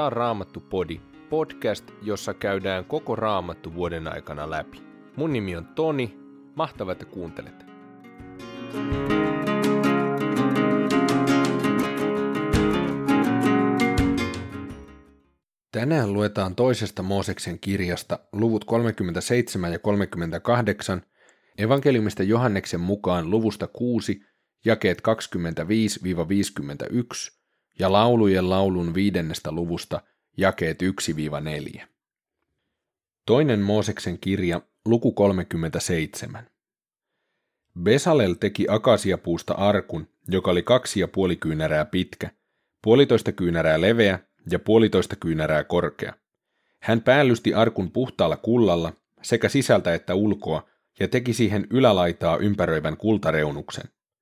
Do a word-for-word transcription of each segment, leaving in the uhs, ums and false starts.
Tää on Raamattu-podi, podcast, jossa käydään koko Raamattu vuoden aikana läpi. Mun nimi on Toni, mahtavaa, että kuuntelet. Tänään luetaan toisesta Mooseksen kirjasta luvut kolmekymmentäseitsemän ja kolmekymmentäkahdeksan, evankeliumista Johanneksen mukaan luvusta kuusi, jakeet kaksikymmentäviisi viisikymmentäyksi ja laulujen laulun viidennestä luvusta jakeet yksi neljä. Toinen Mooseksen kirja, luku kolmekymmentäseitsemän. Besalel teki akasiapuusta arkun, joka oli kaksi ja puoli kyynärää pitkä, puolitoista kyynärää leveä ja puolitoista kyynärää korkea. Hän päällysti arkun puhtaalla kullalla sekä sisältä että ulkoa ja teki siihen ylälaitaa ympäröivän kultareunuksen.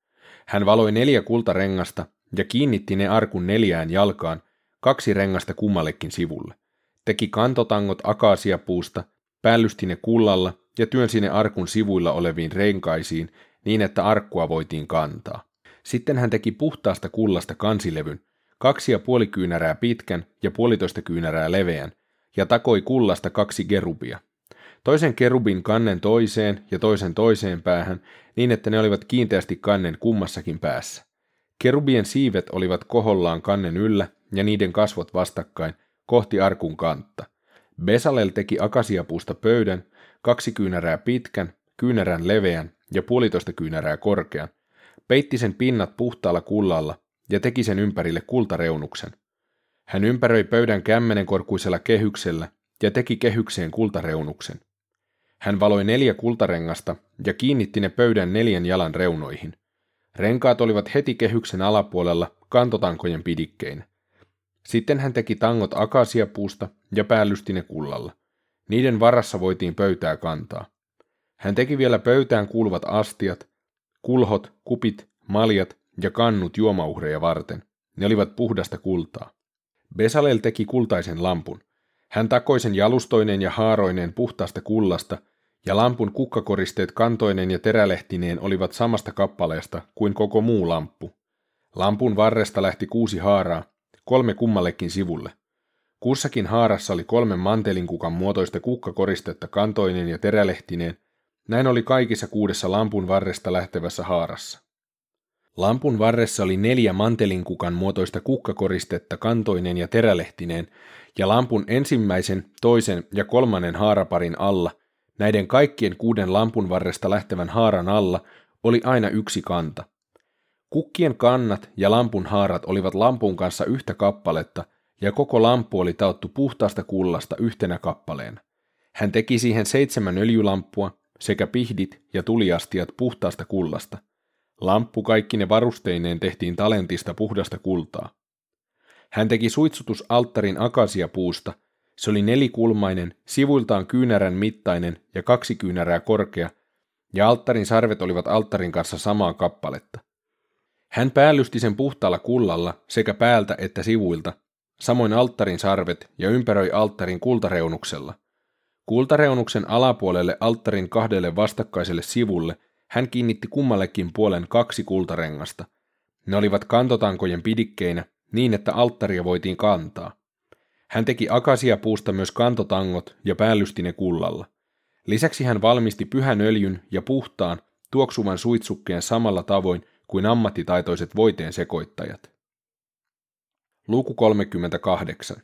Hän valoi neljä kultarengasta ja kiinnitti ne arkun neljään jalkaan, kaksi rengasta kummallekin sivulle. Teki kantotangot akaasiapuusta, päällysti ne kullalla ja työnsi ne arkun sivuilla oleviin renkaisiin niin, että arkkua voitiin kantaa. Sitten hän teki puhtaasta kullasta kansilevyn, kaksi ja puoli kyynärää pitkän ja puolitoista kyynärää leveän, ja takoi kullasta kaksi kerubia. Toisen kerubin kannen toiseen ja toisen toiseen päähän, niin että ne olivat kiinteästi kannen kummassakin päässä. Kerubien siivet olivat kohollaan kannen yllä ja niiden kasvot vastakkain, kohti arkun kantta. Besalel teki akasiapuusta pöydän, kaksi kyynärää pitkän, kyynärän leveän ja puolitoista kyynärää korkean, peitti sen pinnat puhtaalla kullalla ja teki sen ympärille kultareunuksen. Hän ympäröi pöydän kämmenenkorkuisella kehyksellä ja teki kehykseen kultareunuksen. Hän valoi neljä kultarengasta ja kiinnitti ne pöydän neljän jalan reunoihin. Renkaat olivat heti kehyksen alapuolella kantotankojen pidikkeinä. Sitten hän teki tangot akasiapuusta ja päällysti ne kullalla. Niiden varassa voitiin pöytää kantaa. Hän teki vielä pöytään kuuluvat astiat, kulhot, kupit, maljat ja kannut juomauhreja varten. Ne olivat puhdasta kultaa. Besalel teki kultaisen lampun. Hän takoi sen jalustoineen ja haaroineen puhtaasta kullasta, ja lampun kukkakoristeet kantoineen ja terälehtineen olivat samasta kappaleesta kuin koko muu lamppu. Lampun varresta lähti kuusi haaraa, kolme kummallekin sivulle. Kussakin haarassa oli kolme mantelinkukan muotoista kukkakoristetta kantoineen ja terälehtineen, näin oli kaikissa kuudessa lampun varresta lähtevässä haarassa. Lampun varressa oli neljä mantelinkukan muotoista kukkakoristetta kantoineen ja terälehtineen, ja lampun ensimmäisen, toisen ja kolmannen haaraparin alla, näiden kaikkien kuuden lampun varresta lähtevän haaran alla, oli aina yksi kanta. Kukkien kannat ja lampun haarat olivat lampun kanssa yhtä kappaletta, ja koko lamppu oli taottu puhtaasta kullasta yhtenä kappaleena. Hän teki siihen seitsemän öljylamppua sekä pihdit ja tuliastiat puhtaasta kullasta. Lamppu kaikkine varusteineen tehtiin talentista puhdasta kultaa. Hän teki suitsutusalttarin akasiapuusta. Se oli nelikulmainen, sivuiltaan kyynärän mittainen ja kaksi kyynärää korkea, ja alttarin sarvet olivat alttarin kanssa samaa kappaletta. Hän päällysti sen puhtaalla kullalla sekä päältä että sivuilta, samoin alttarin sarvet ja ympäröi alttarin kultareunuksella. Kultareunuksen alapuolelle alttarin kahdelle vastakkaiselle sivulle hän kiinnitti kummallekin puolen kaksi kultarengasta. Ne olivat kantotankojen pidikkeinä niin, että alttaria voitiin kantaa. Hän teki akasiapuusta myös kantotangot ja päällysti ne kullalla. Lisäksi hän valmisti pyhän öljyn ja puhtaan, tuoksuvan suitsukkeen samalla tavoin kuin ammattitaitoiset voiteen sekoittajat. Luku kolmekymmentäkahdeksan.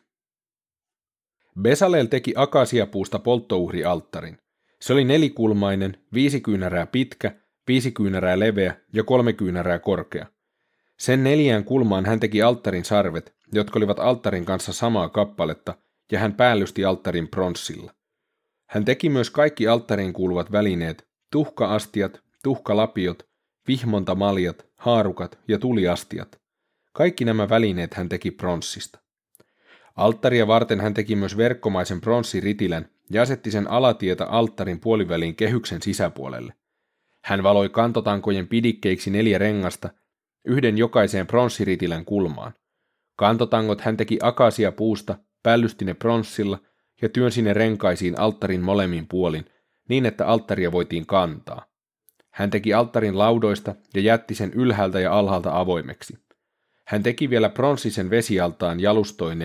Besalel teki akasiapuusta polttouhrialttarin. Se oli nelikulmainen, viisi kyynärää pitkä, viisi kyynärää leveä ja kolme kyynärää korkea. Sen neljään kulmaan hän teki alttarin sarvet, jotka olivat alttarin kanssa samaa kappaletta, ja hän päällysti alttarin pronssilla. Hän teki myös kaikki alttariin kuuluvat välineet, tuhka-astiat, tuhkalapiot, vihmontamaljat, haarukat ja tuliastiat. Kaikki nämä välineet hän teki pronssista. Alttaria varten hän teki myös verkkomaisen pronssiritilän ja asetti sen alatietä alttarin puoliväliin kehyksen sisäpuolelle. Hän valoi kantotankojen pidikkeiksi neljä rengasta, yhden jokaiseen pronssiritilän kulmaan. Kantotangot hän teki akasiapuusta, päällysti ne pronssilla ja työnsi ne renkaisiin alttarin molemmin puolin, niin että alttaria voitiin kantaa. Hän teki alttarin laudoista ja jätti sen ylhäältä ja alhaalta avoimeksi. Hän teki vielä pronssisen vesialtaan jalustoineen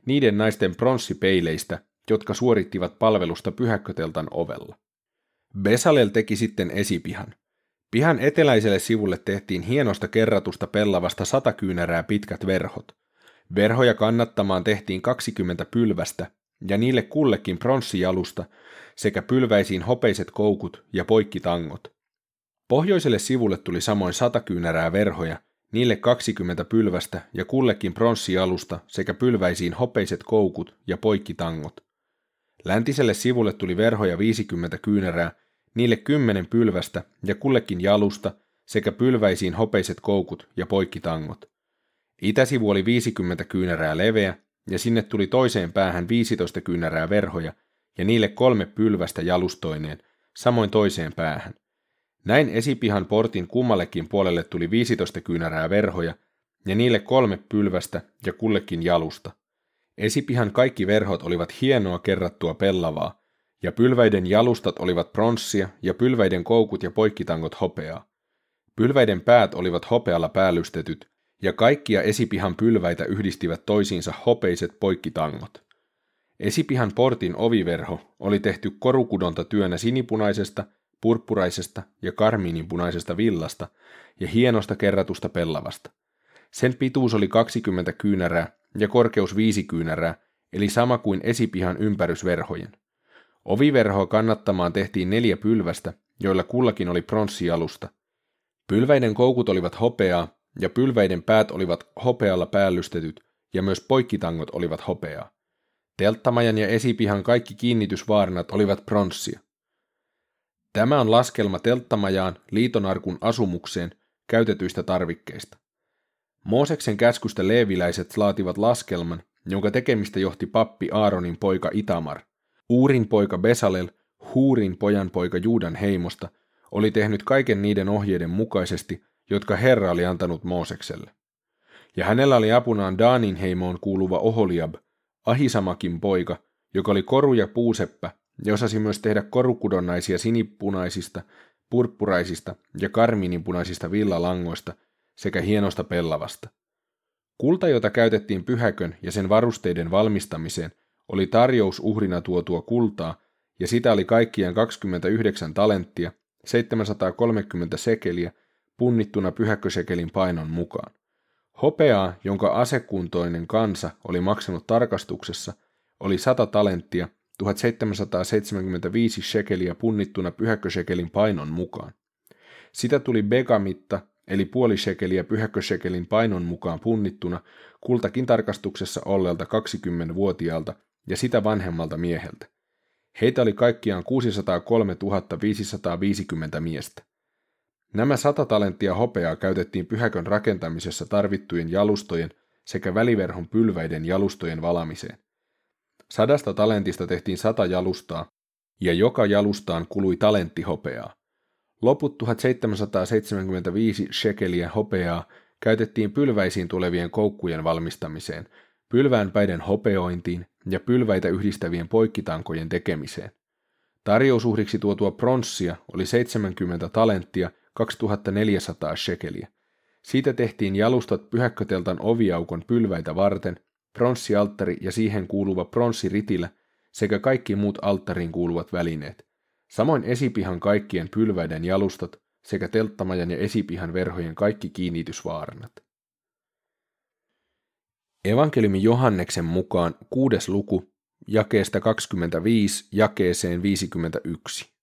niiden naisten pronssipeileistä, jotka suorittivat palvelusta pyhäkköteltan ovella. Besalel teki sitten esipihan. Pihan eteläiselle sivulle tehtiin hienosta kerratusta pellavasta sata kyynärää pitkät verhot. Verhoja kannattamaan tehtiin kaksikymmentä pylvästä, ja niille kullekin pronssijalusta sekä pylväisiin hopeiset koukut ja poikkitangot. Pohjoiselle sivulle tuli samoin sata kyynärää verhoja, niille kaksikymmentä pylvästä ja kullekin pronssijalusta sekä pylväisiin hopeiset koukut ja poikkitangot. Läntiselle sivulle tuli verhoja viisikymmentä kyynärää, niille kymmenen pylvästä ja kullekin jalusta sekä pylväisiin hopeiset koukut ja poikkitangot. Itäsivu oli viisikymmentä kyynärää leveä, ja sinne tuli toiseen päähän viisitoista kyynärää verhoja, ja niille kolme pylvästä jalustoineen, samoin toiseen päähän. Näin esipihan portin kummallekin puolelle tuli viisitoista kyynärää verhoja, ja niille kolme pylvästä ja kullekin jalusta. Esipihan kaikki verhot olivat hienoa kerrattua pellavaa, ja pylväiden jalustat olivat pronssia, ja pylväiden koukut ja poikkitangot hopeaa. Pylväiden päät olivat hopealla päällystetyt, ja kaikkia esipihan pylväitä yhdistivät toisiinsa hopeiset poikkitangot. Esipihan portin oviverho oli tehty korukudonta työnä sinipunaisesta, purppuraisesta ja karmiininpunaisesta villasta ja hienosta kerratusta pellavasta. Sen pituus oli kaksikymmentä kyynärää ja korkeus viisi kyynärää, eli sama kuin esipihan ympärysverhojen. Oviverhoa kannattamaan tehtiin neljä pylvästä, joilla kullakin oli pronssijalusta. Pylväiden koukut olivat hopeaa, ja pylväiden päät olivat hopealla päällystetyt, ja myös poikkitangot olivat hopeaa. Telttamajan ja esipihan kaikki kiinnitysvaarnat olivat pronssia. Tämä on laskelma telttamajaan liitonarkun asumukseen käytetyistä tarvikkeista. Mooseksen käskystä leeviläiset laativat laskelman, jonka tekemistä johti pappi Aaronin poika Itamar. Uurin poika Besalel, Huurin pojan poika Juudan heimosta, oli tehnyt kaiken niiden ohjeiden mukaisesti, jotka Herra oli antanut Moosekselle. Ja hänellä oli apunaan Daanin heimoon kuuluva Oholiab, Ahisamakin poika, joka oli koru- ja puuseppä, ja osasi myös tehdä korukudonnaisia sinipunaisista, purppuraisista ja karmiininpunaisista villalangoista sekä hienosta pellavasta. Kulta, jota käytettiin pyhäkön ja sen varusteiden valmistamiseen, oli tarjous uhrina tuotua kultaa, ja sitä oli kaikkiaan kaksikymmentäyhdeksän talenttia, seitsemänsataakolmekymmentä sekeliä, punnittuna pyhäkkösekelin painon mukaan. Hopeaa, jonka asekuntoinen kansa oli maksanut tarkastuksessa, oli sata talenttia, tuhatseitsemänsataaseitsemänkymmentäviisi shekeliä punnittuna pyhäkkösekelin painon mukaan. Sitä tuli begamitta, eli puoli shekeliä pyhäkkösekelin painon mukaan punnittuna kultakin tarkastuksessa olleelta kaksikymmenvuotiaalta ja sitä vanhemmalta mieheltä. Heitä oli kaikkiaan kuusisataakolmetuhatta viisisataaviisikymmentä miestä. Nämä sata talenttia hopeaa käytettiin pyhäkön rakentamisessa tarvittujen jalustojen sekä väliverhon pylväiden jalustojen valamiseen. Sadasta talentista tehtiin sata jalustaa, ja joka jalustaan kului talentti hopeaa. Loput tuhatseitsemänsataaseitsemänkymmentäviisi shekeliä hopeaa käytettiin pylväisiin tulevien koukkujen valmistamiseen, pylväänpäiden hopeointiin ja pylväitä yhdistävien poikkitankojen tekemiseen. Tarjousuhriksi tuotua pronssia oli seitsemänkymmentä talenttia, kaksituhattaneljäsataa shekeliä. Siitä tehtiin jalustat pyhäkköteltan oviaukon pylväitä varten, pronssialttari ja siihen kuuluva pronssiritilä sekä kaikki muut alttariin kuuluvat välineet. Samoin esipihan kaikkien pylväiden jalustat sekä telttamajan ja esipihan verhojen kaikki kiinnitysvaarnat. Evankeliumi Johanneksen mukaan kuudes luku, jakeesta kaksikymmentäviisi jakeeseen viisikymmentäyksi.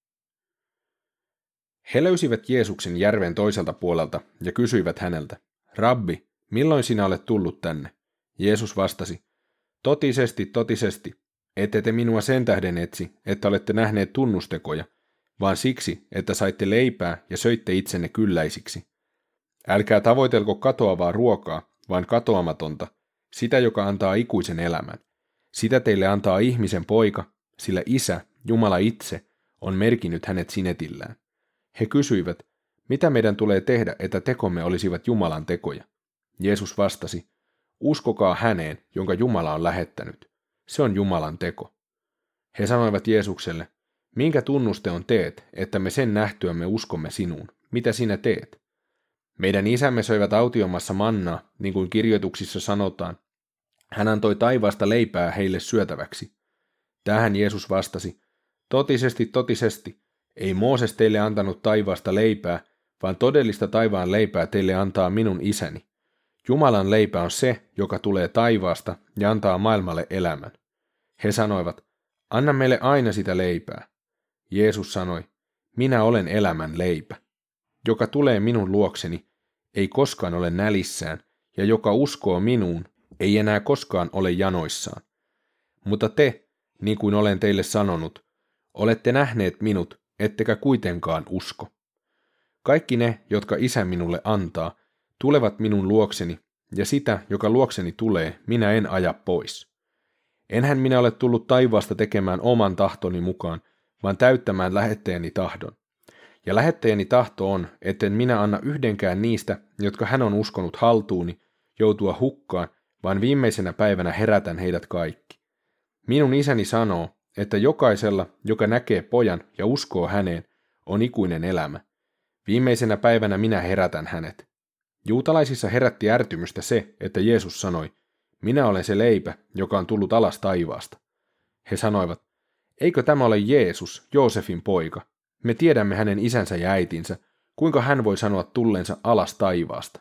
He löysivät Jeesuksen järven toiselta puolelta ja kysyivät häneltä, Rabbi, milloin sinä olet tullut tänne? Jeesus vastasi, totisesti, totisesti, ette te minua sen tähden etsi, että olette nähneet tunnustekoja, vaan siksi, että saitte leipää ja söitte itsenne kylläisiksi. Älkää tavoitelko katoavaa ruokaa, vaan katoamatonta, sitä, joka antaa ikuisen elämän. Sitä teille antaa ihmisen poika, sillä Isä, Jumala itse, on merkinnyt hänet sinetillään. He kysyivät, mitä meidän tulee tehdä, että tekomme olisivat Jumalan tekoja? Jeesus vastasi, uskokaa häneen, jonka Jumala on lähettänyt. Se on Jumalan teko. He sanoivat Jeesukselle, minkä tunnuste on teet, että me sen nähtyämme uskomme sinuun? Mitä sinä teet? Meidän isämme söivät autiomassa mannaa, niin kuin kirjoituksissa sanotaan. Hän antoi taivaasta leipää heille syötäväksi. Tähän Jeesus vastasi, totisesti, totisesti, ei Mooses teille antanut taivaasta leipää, vaan todellista taivaan leipää teille antaa minun isäni. Jumalan leipä on se, joka tulee taivaasta ja antaa maailmalle elämän. He sanoivat, anna meille aina sitä leipää. Jeesus sanoi, minä olen elämän leipä. Joka tulee minun luokseni, ei koskaan ole nälissään, ja joka uskoo minuun, ei enää koskaan ole janoissaan. Mutta te, niin kuin olen teille sanonut, olette nähneet minut, ettekä kuitenkaan usko. Kaikki ne, jotka Isä minulle antaa, tulevat minun luokseni, ja sitä, joka luokseni tulee, minä en aja pois. Enhän minä ole tullut taivaasta tekemään oman tahtoni mukaan, vaan täyttämään lähettäjäni tahdon. Ja lähettäjäni tahto on, etten minä anna yhdenkään niistä, jotka hän on uskonut haltuuni, joutua hukkaan, vaan viimeisenä päivänä herätän heidät kaikki. Minun isäni sanoo, että jokaisella, joka näkee pojan ja uskoo häneen, on ikuinen elämä. Viimeisenä päivänä minä herätän hänet. Juutalaisissa herätti ärtymystä se, että Jeesus sanoi, minä olen se leipä, joka on tullut alas taivaasta. He sanoivat, eikö tämä ole Jeesus, Joosefin poika? Me tiedämme hänen isänsä ja äitinsä, kuinka hän voi sanoa tulleensa alas taivaasta.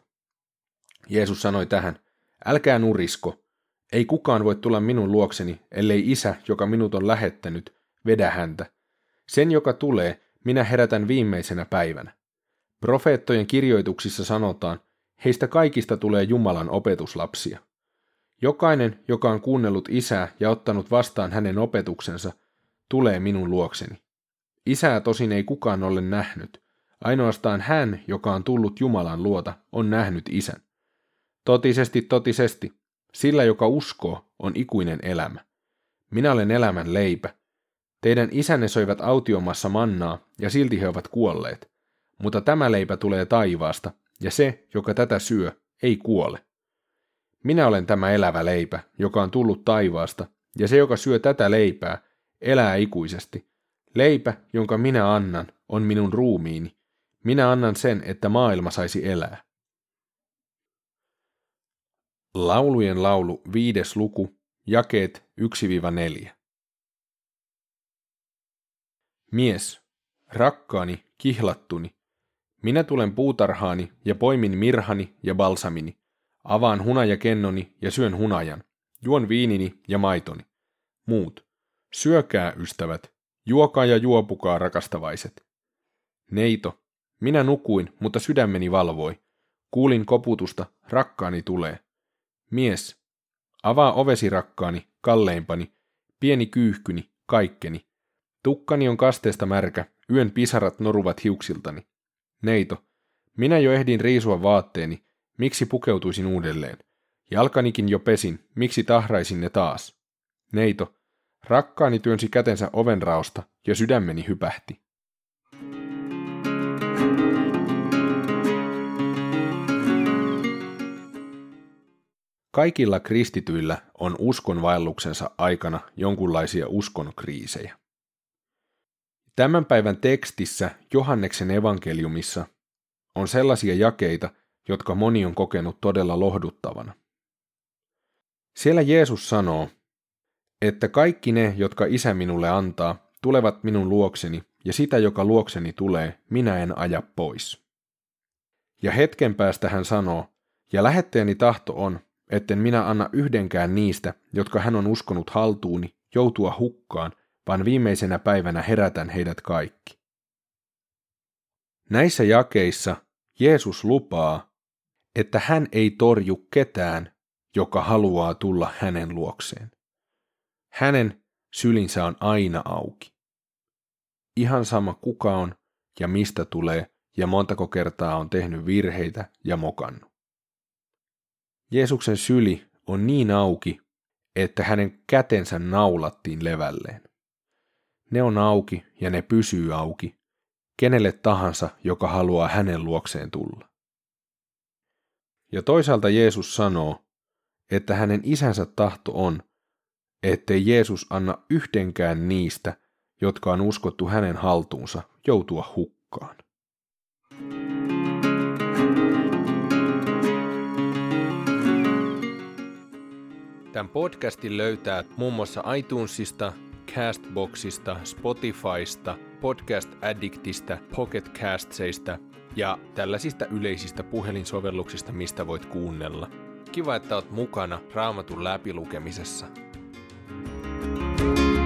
Jeesus sanoi tähän, älkää nurisko, ei kukaan voi tulla minun luokseni, ellei isä, joka minut on lähettänyt, vedä häntä. Sen, joka tulee, minä herätän viimeisenä päivänä. Profeettojen kirjoituksissa sanotaan, heistä kaikista tulee Jumalan opetuslapsia. Jokainen, joka on kuunnellut isää ja ottanut vastaan hänen opetuksensa, tulee minun luokseni. Isää tosin ei kukaan ole nähnyt, ainoastaan hän, joka on tullut Jumalan luota, on nähnyt isän. Totisesti, totisesti, sillä joka uskoo, on ikuinen elämä. Minä olen elämän leipä. Teidän isänne söivät autiomassa mannaa, ja silti he ovat kuolleet. Mutta tämä leipä tulee taivaasta, ja se, joka tätä syö, ei kuole. Minä olen tämä elävä leipä, joka on tullut taivaasta, ja se, joka syö tätä leipää, elää ikuisesti. Leipä, jonka minä annan, on minun ruumiini. Minä annan sen, että maailma saisi elää. Laulujen laulu viides luku, jakeet yksi neljä. Mies, rakkaani, kihlattuni, minä tulen puutarhaani ja poimin mirhani ja balsamini, avaan hunajakennoni ja syön hunajan, juon viinini ja maitoni. Muut, syökää ystävät, juokaa ja juopukaa rakastavaiset. Neito, minä nukuin, mutta sydämeni valvoi. Kuulin koputusta, rakkaani tulee. Mies, avaa ovesi rakkaani, kalleimpani, pieni kyyhkyni, kaikkeni. Tukkani on kasteesta märkä, yön pisarat noruvat hiuksiltani. Neito, minä jo ehdin riisua vaatteeni, miksi pukeutuisin uudelleen? Jalkanikin jo pesin, miksi tahraisin ne taas? Neito, rakkaani työnsi kätensä ovenraosta ja sydämeni hypähti. Kaikilla kristityillä on uskonvaelluksensa aikana jonkunlaisia uskonkriisejä. Tämän päivän tekstissä Johanneksen evankeliumissa on sellaisia jakeita, jotka moni on kokenut todella lohduttavana. Siellä Jeesus sanoo, että kaikki ne, jotka Isä minulle antaa, tulevat minun luokseni, ja sitä, joka luokseni tulee, minä en aja pois. Ja hetken päästä hän sanoo, ja lähettäjäni tahto on, etten minä anna yhdenkään niistä, jotka hän on uskonut haltuuni, joutua hukkaan, vaan viimeisenä päivänä herätän heidät kaikki. Näissä jakeissa Jeesus lupaa, että hän ei torju ketään, joka haluaa tulla hänen luokseen. Hänen sylinsä on aina auki. Ihan sama kuka on ja mistä tulee ja montako kertaa on tehnyt virheitä ja mokannut. Jeesuksen syli on niin auki, että hänen kätensä naulattiin levälleen. Ne on auki ja ne pysyy auki, kenelle tahansa, joka haluaa hänen luokseen tulla. Ja toisaalta Jeesus sanoo, että hänen isänsä tahto on, ettei Jeesus anna yhdenkään niistä, jotka on uskottu hänen haltuunsa, joutua hukkaan. Tämän podcastin löytää muun muassa iTunesista, Castboxista, Spotifysta, Podcast Addictista, Pocket Castseista ja tällaisista yleisistä puhelinsovelluksista, mistä voit kuunnella. Kiva, että oot mukana Raamatun läpilukemisessa.